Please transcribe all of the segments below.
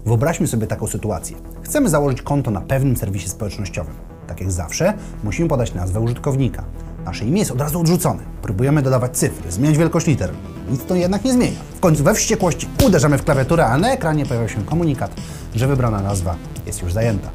Wyobraźmy sobie taką sytuację. Chcemy założyć konto na pewnym serwisie społecznościowym. Tak jak zawsze, musimy podać nazwę użytkownika. Nasze imię jest od razu odrzucone. Próbujemy dodawać cyfry, zmieniać wielkość liter. Nic to jednak nie zmienia. W końcu we wściekłości uderzamy w klawiaturę, a na ekranie pojawia się komunikat, że wybrana nazwa jest już zajęta.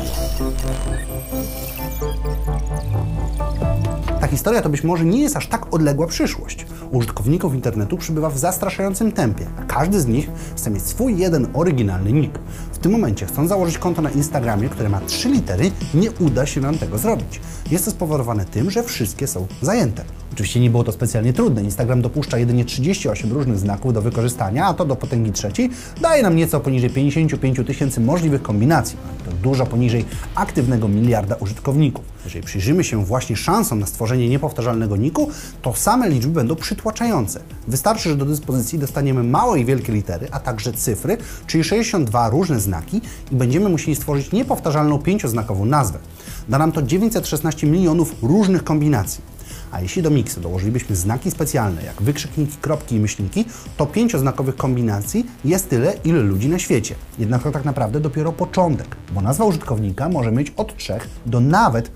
Ta historia to być może nie jest aż tak odległa przyszłość. Użytkowników internetu przybywa w zastraszającym tempie, a każdy z nich chce mieć swój jeden oryginalny nick. W tym momencie, chcąc założyć konto na Instagramie, które ma 3 litery, nie uda się nam tego zrobić. Jest to spowodowane tym, że wszystkie są zajęte. Oczywiście nie było to specjalnie trudne. Instagram dopuszcza jedynie 38 różnych znaków do wykorzystania, a to do potęgi trzeciej daje nam nieco poniżej 55 000 możliwych kombinacji. To dużo poniżej aktywnego miliarda użytkowników. Jeżeli przyjrzymy się właśnie szansom na stworzenie niepowtarzalnego nicku, to same liczby będą przytłaczające. Wystarczy, że do dyspozycji dostaniemy małe i wielkie litery, a także cyfry, czyli 62 różne znaki i będziemy musieli stworzyć niepowtarzalną 5-znakową nazwę. Da nam to 916 milionów różnych kombinacji. A jeśli do miksu dołożylibyśmy znaki specjalne, jak wykrzykniki, kropki i myślniki, to 5-znakowych kombinacji jest tyle, ile ludzi na świecie. Jednak to tak naprawdę dopiero początek, bo nazwa użytkownika może mieć od 3 do nawet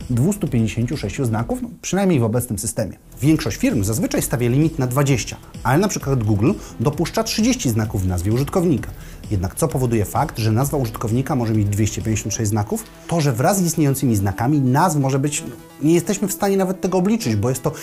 256 znaków, przynajmniej w obecnym systemie. Większość firm zazwyczaj stawia limit na 20, ale na przykład Google dopuszcza 30 znaków w nazwie użytkownika. Jednak co powoduje fakt, że nazwa użytkownika może mieć 256 znaków? To, że wraz z istniejącymi znakami nazw może być, nie jesteśmy w stanie nawet tego obliczyć, bo jest to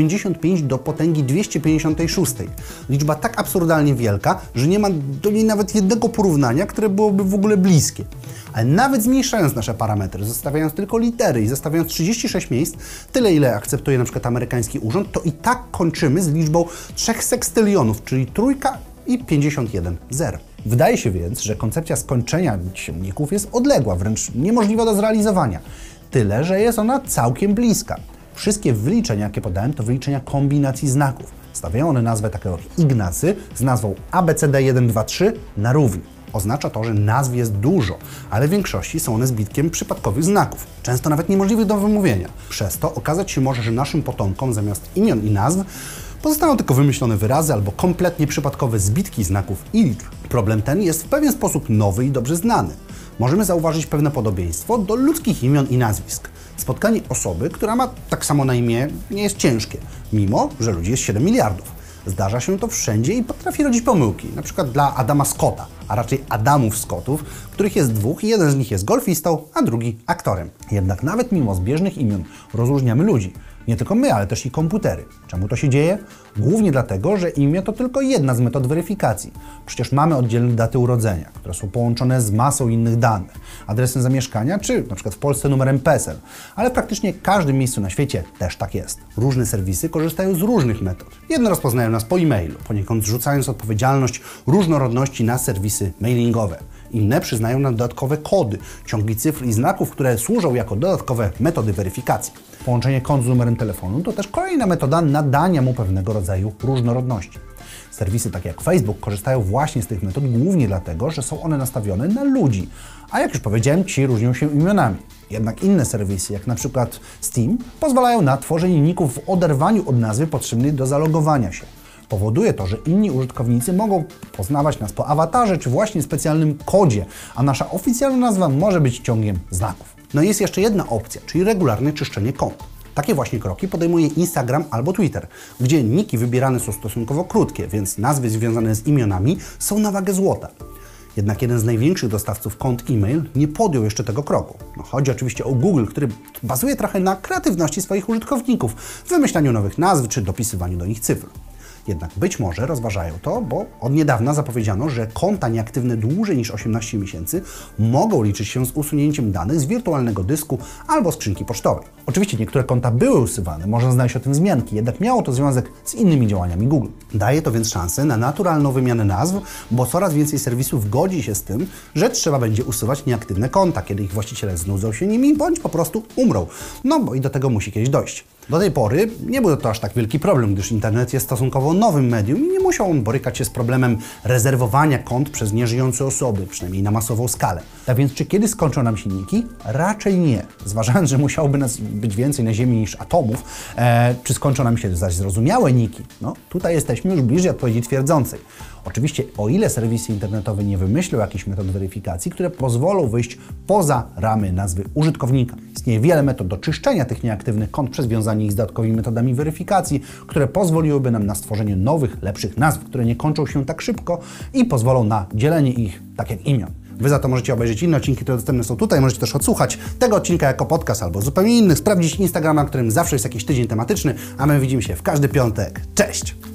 95 do potęgi 256. Liczba tak absurdalnie wielka, że nie ma do niej nawet jednego porównania, które byłoby w ogóle bliskie. Ale nawet zmniejszając nasze parametry, zostawiając tylko litery i zostawiając 36 miejsc, tyle ile akceptuje na przykład amerykański urząd, to i tak kończymy z liczbą 3 sekstylionów, czyli trójka i 51 zer. Wydaje się więc, że koncepcja skończenia nicków jest odległa, wręcz niemożliwa do zrealizowania. Tyle, że jest ona całkiem bliska. Wszystkie wyliczenia, jakie podałem, to wyliczenia kombinacji znaków. Stawiają one nazwę takiego jak Ignacy z nazwą ABCD123 na równi. Oznacza to, że nazw jest dużo, ale w większości są one zbitkiem przypadkowych znaków, często nawet niemożliwych do wymówienia. Przez to okazać się może, że naszym potomkom zamiast imion i nazw pozostaną tylko wymyślone wyrazy albo kompletnie przypadkowe zbitki znaków i liczb. Problem ten jest w pewien sposób nowy i dobrze znany. Możemy zauważyć pewne podobieństwo do ludzkich imion i nazwisk. Spotkanie osoby, która ma tak samo na imię, nie jest ciężkie, mimo że ludzi jest 7 miliardów. Zdarza się to wszędzie i potrafi rodzić pomyłki, na przykład dla Adama Scotta, a raczej Adamów Scottów, których jest 2 i jeden z nich jest golfistą, a drugi aktorem. Jednak nawet mimo zbieżnych imion rozróżniamy ludzi. Nie tylko my, ale też i komputery. Czemu to się dzieje? Głównie dlatego, że imię to tylko jedna z metod weryfikacji. Przecież mamy oddzielne daty urodzenia, które są połączone z masą innych danych, adresem zamieszkania, czy na przykład w Polsce numerem PESEL. Ale w praktycznie każdym miejscu na świecie też tak jest. Różne serwisy korzystają z różnych metod. Jedne rozpoznają nas po e-mailu, poniekąd zrzucając odpowiedzialność różnorodności na serwisy mailingowe. Inne przyznają nam dodatkowe kody, ciągi cyfr i znaków, które służą jako dodatkowe metody weryfikacji. Połączenie kont z numerem telefonu to też kolejna metoda nadania mu pewnego rodzaju różnorodności. Serwisy takie jak Facebook korzystają właśnie z tych metod głównie dlatego, że są one nastawione na ludzi, a jak już powiedziałem, ci różnią się imionami. Jednak inne serwisy, jak na przykład Steam, pozwalają na tworzenie nicków w oderwaniu od nazwy potrzebnej do zalogowania się. Powoduje to, że inni użytkownicy mogą poznawać nas po awatarze czy właśnie specjalnym kodzie, a nasza oficjalna nazwa może być ciągiem znaków. No i jest jeszcze jedna opcja, czyli regularne czyszczenie kont. Takie właśnie kroki podejmuje Instagram albo Twitter, gdzie niki wybierane są stosunkowo krótkie, więc nazwy związane z imionami są na wagę złota. Jednak jeden z największych dostawców kont e-mail nie podjął jeszcze tego kroku. Chodzi oczywiście o Google, który bazuje trochę na kreatywności swoich użytkowników, w wymyślaniu nowych nazw czy dopisywaniu do nich cyfr. Jednak być może rozważają to, bo od niedawna zapowiedziano, że konta nieaktywne dłużej niż 18 miesięcy mogą liczyć się z usunięciem danych z wirtualnego dysku albo skrzynki pocztowej. Oczywiście niektóre konta były usuwane, można znaleźć o tym wzmianki, jednak miało to związek z innymi działaniami Google. Daje to więc szansę na naturalną wymianę nazw, bo coraz więcej serwisów godzi się z tym, że trzeba będzie usuwać nieaktywne konta, kiedy ich właściciele znudzą się nimi bądź po prostu umrą. No bo i do tego musi kiedyś dojść. Do tej pory nie był to aż tak wielki problem, gdyż internet jest stosunkowo nowym medium i nie musiał on borykać się z problemem rezerwowania kont przez nieżyjące osoby, przynajmniej na masową skalę. Tak więc czy kiedyś skończą nam się niki? Raczej nie. Zważając, że musiałoby nas być więcej na Ziemi niż atomów, czy skończą nam się zaś zrozumiałe niki? No, tutaj jesteśmy już bliżej odpowiedzi twierdzącej. Oczywiście, o ile serwisy internetowe nie wymyślą jakichś metod weryfikacji, które pozwolą wyjść poza ramy nazwy użytkownika. Istnieje wiele metod do czyszczenia tych nieaktywnych kont przez wiązanie ich z dodatkowymi metodami weryfikacji, które pozwoliłyby nam na stworzenie nowych, lepszych nazw, które nie kończą się tak szybko i pozwolą na dzielenie ich tak jak imion. Wy za to możecie obejrzeć inne odcinki, które dostępne są tutaj, możecie też odsłuchać tego odcinka jako podcast albo zupełnie innych, sprawdzić Instagrama, na którym zawsze jest jakiś tydzień tematyczny, a my widzimy się w każdy piątek. Cześć!